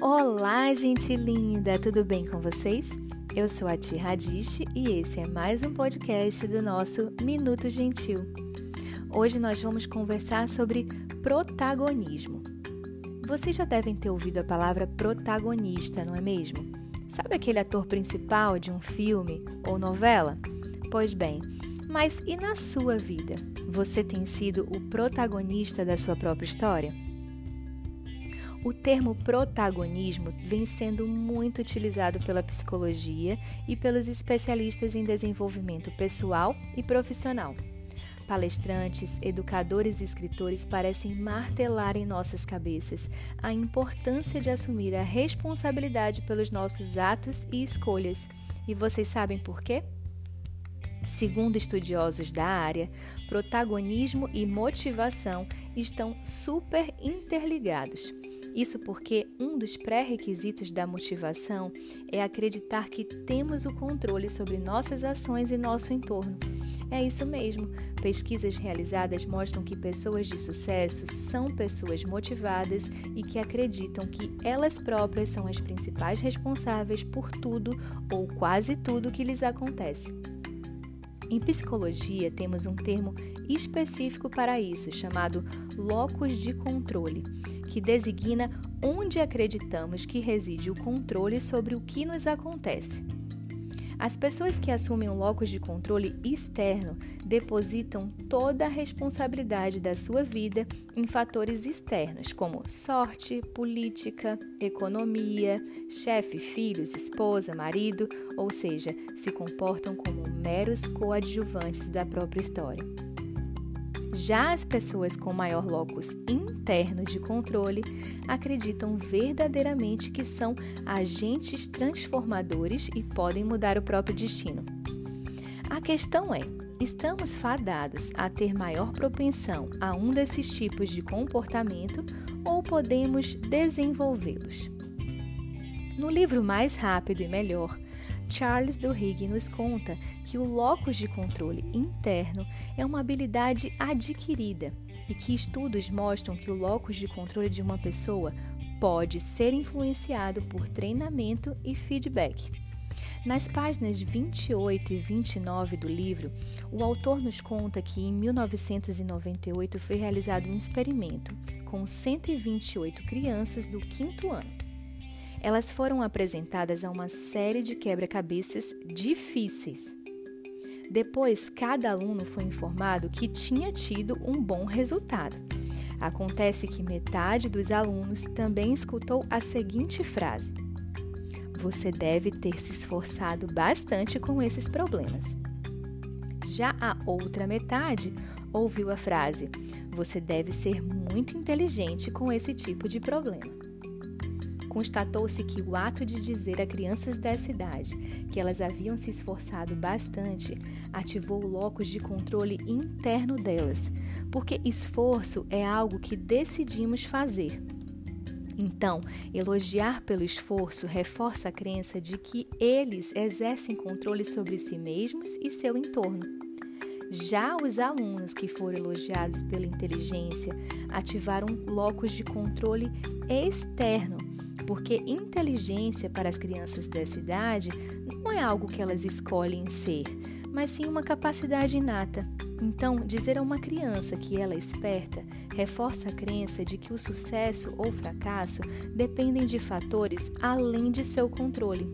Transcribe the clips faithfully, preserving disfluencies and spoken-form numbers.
Olá, gente linda! Tudo bem com vocês? Eu sou a Tia Radish e esse é mais um podcast do nosso Minuto Gentil. Hoje nós vamos conversar sobre protagonismo. Vocês já devem ter ouvido a palavra protagonista, não é mesmo? Sabe aquele ator principal de um filme ou novela? Pois bem, mas e na sua vida? Você tem sido o protagonista da sua própria história? O termo protagonismo vem sendo muito utilizado pela psicologia e pelos especialistas em desenvolvimento pessoal e profissional. Palestrantes, educadores e escritores parecem martelar em nossas cabeças a importância de assumir a responsabilidade pelos nossos atos e escolhas. E vocês sabem por quê? Segundo estudiosos da área, protagonismo e motivação estão super interligados. Isso porque um dos pré-requisitos da motivação é acreditar que temos o controle sobre nossas ações e nosso entorno. É isso mesmo. Pesquisas realizadas mostram que pessoas de sucesso são pessoas motivadas e que acreditam que elas próprias são as principais responsáveis por tudo ou quase tudo que lhes acontece. Em psicologia, temos um termo específico para isso, chamado locus de controle, que designa onde acreditamos que reside o controle sobre o que nos acontece. As pessoas que assumem um locus de controle externo depositam toda a responsabilidade da sua vida em fatores externos, como sorte, política, economia, chefe, filhos, esposa, marido, ou seja, se comportam como meros coadjuvantes da própria história. Já as pessoas com maior locus interno de controle acreditam verdadeiramente que são agentes transformadores e podem mudar o próprio destino. A questão é, estamos fadados a ter maior propensão a um desses tipos de comportamento ou podemos desenvolvê-los? No livro Mais Rápido e Melhor, Charles Duhigg nos conta que o locus de controle interno é uma habilidade adquirida e que estudos mostram que o locus de controle de uma pessoa pode ser influenciado por treinamento e feedback. Nas páginas vinte e oito e vinte e nove do livro, o autor nos conta que em mil novecentos e noventa e oito foi realizado um experimento com cento e vinte e oito crianças do quinto ano. Elas foram apresentadas a uma série de quebra-cabeças difíceis. Depois, cada aluno foi informado que tinha tido um bom resultado. Acontece que metade dos alunos também escutou a seguinte frase: "Você deve ter se esforçado bastante com esses problemas." Já a outra metade ouviu a frase: "Você deve ser muito inteligente com esse tipo de problema." Constatou-se que o ato de dizer a crianças dessa idade que elas haviam se esforçado bastante ativou o locus de controle interno delas, porque esforço é algo que decidimos fazer. Então, elogiar pelo esforço reforça a crença de que eles exercem controle sobre si mesmos e seu entorno. Já os alunos que foram elogiados pela inteligência ativaram um locus de controle externo, porque inteligência para as crianças dessa idade não é algo que elas escolhem ser, mas sim uma capacidade inata. Então, dizer a uma criança que ela é esperta reforça a crença de que o sucesso ou fracasso dependem de fatores além de seu controle.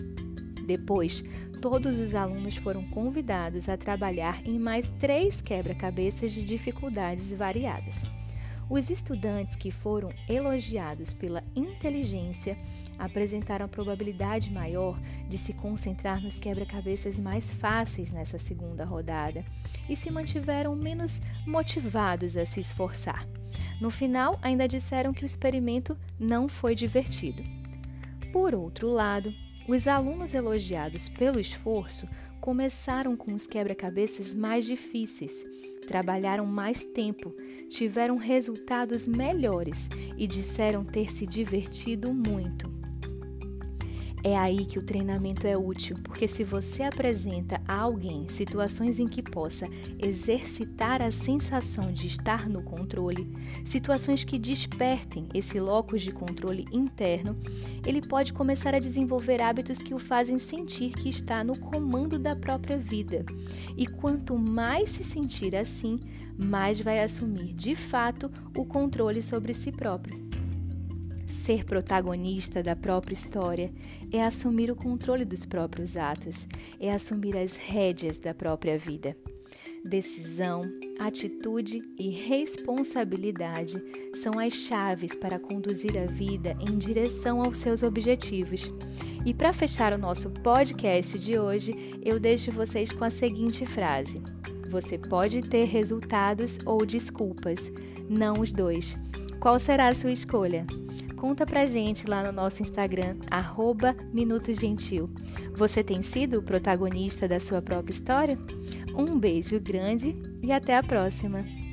Depois, todos os alunos foram convidados a trabalhar em mais três quebra-cabeças de dificuldades variadas. Os estudantes que foram elogiados pela inteligência apresentaram a probabilidade maior de se concentrar nos quebra-cabeças mais fáceis nessa segunda rodada e se mantiveram menos motivados a se esforçar. No final, ainda disseram que o experimento não foi divertido. Por outro lado, os alunos elogiados pelo esforço começaram com os quebra-cabeças mais difíceis, trabalharam mais tempo, tiveram resultados melhores e disseram ter se divertido muito. É aí que o treinamento é útil, porque se você apresenta a alguém situações em que possa exercitar a sensação de estar no controle, situações que despertem esse locus de controle interno, ele pode começar a desenvolver hábitos que o fazem sentir que está no comando da própria vida. E quanto mais se sentir assim, mais vai assumir de fato o controle sobre si próprio. Ser protagonista da própria história é assumir o controle dos próprios atos, é assumir as rédeas da própria vida. Decisão, atitude e responsabilidade são as chaves para conduzir a vida em direção aos seus objetivos. E para fechar o nosso podcast de hoje, eu deixo vocês com a seguinte frase: você pode ter resultados ou desculpas, não os dois. Qual será a sua escolha? Conta pra gente lá no nosso Instagram, arroba Minuto Gentil. Você tem sido o protagonista da sua própria história? Um beijo grande e até a próxima!